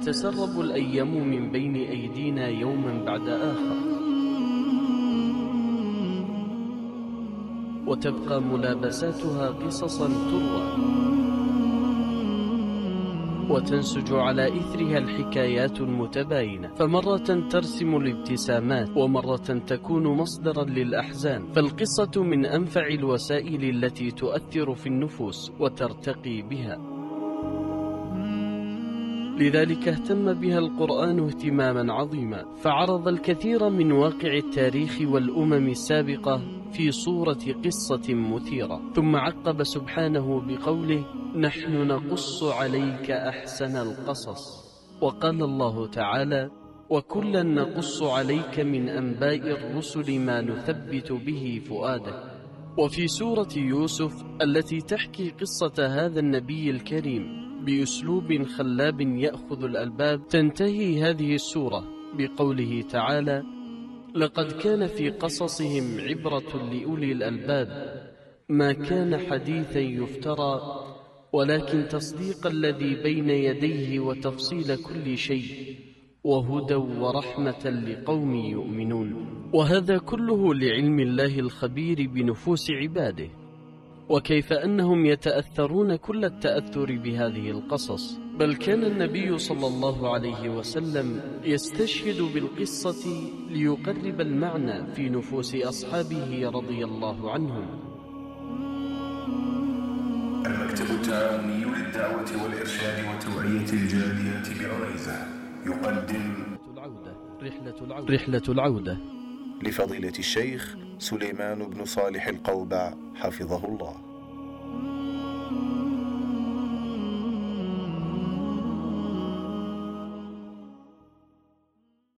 تتسرب الأيام من بين أيدينا يوما بعد آخر، وتبقى ملابساتها قصصا تروى، وتنسج على إثرها الحكايات المتباينة، فمرة ترسم الابتسامات ومرة تكون مصدرا للأحزان. فالقصة من أنفع الوسائل التي تؤثر في النفوس وترتقي بها، لذلك اهتم بها القرآن اهتماما عظيما، فعرض الكثير من واقع التاريخ والأمم السابقة في صورة قصة مثيرة، ثم عقب سبحانه بقوله: نحن نقص عليك أحسن القصص. وقال الله تعالى: وكلا نقص عليك من أنباء الرسل ما نثبت به فؤادك. وفي سورة يوسف التي تحكي قصة هذا النبي الكريم بأسلوب خلاب يأخذ الألباب، تنتهي هذه السورة بقوله تعالى: لقد كان في قصصهم عبرة لأولي الألباب ما كان حديثا يفترى ولكن تصديق الذي بين يديه وتفصيل كل شيء وهدى ورحمة لقوم يؤمنون. وهذا كله لعلم الله الخبير بنفوس عباده، وكيف أنهم يتأثرون كل التأثر بهذه القصص. بل كان النبي صلى الله عليه وسلم يستشهد بالقصة ليقرب المعنى في نفوس أصحابه رضي الله عنهم. المكتب التعاوني للدعوة والإرشاد وتوعية الجاليات بعنيزة يقدم رحلة العودة لفضيلة الشيخ سليمان بن صالح القوبع حفظه الله.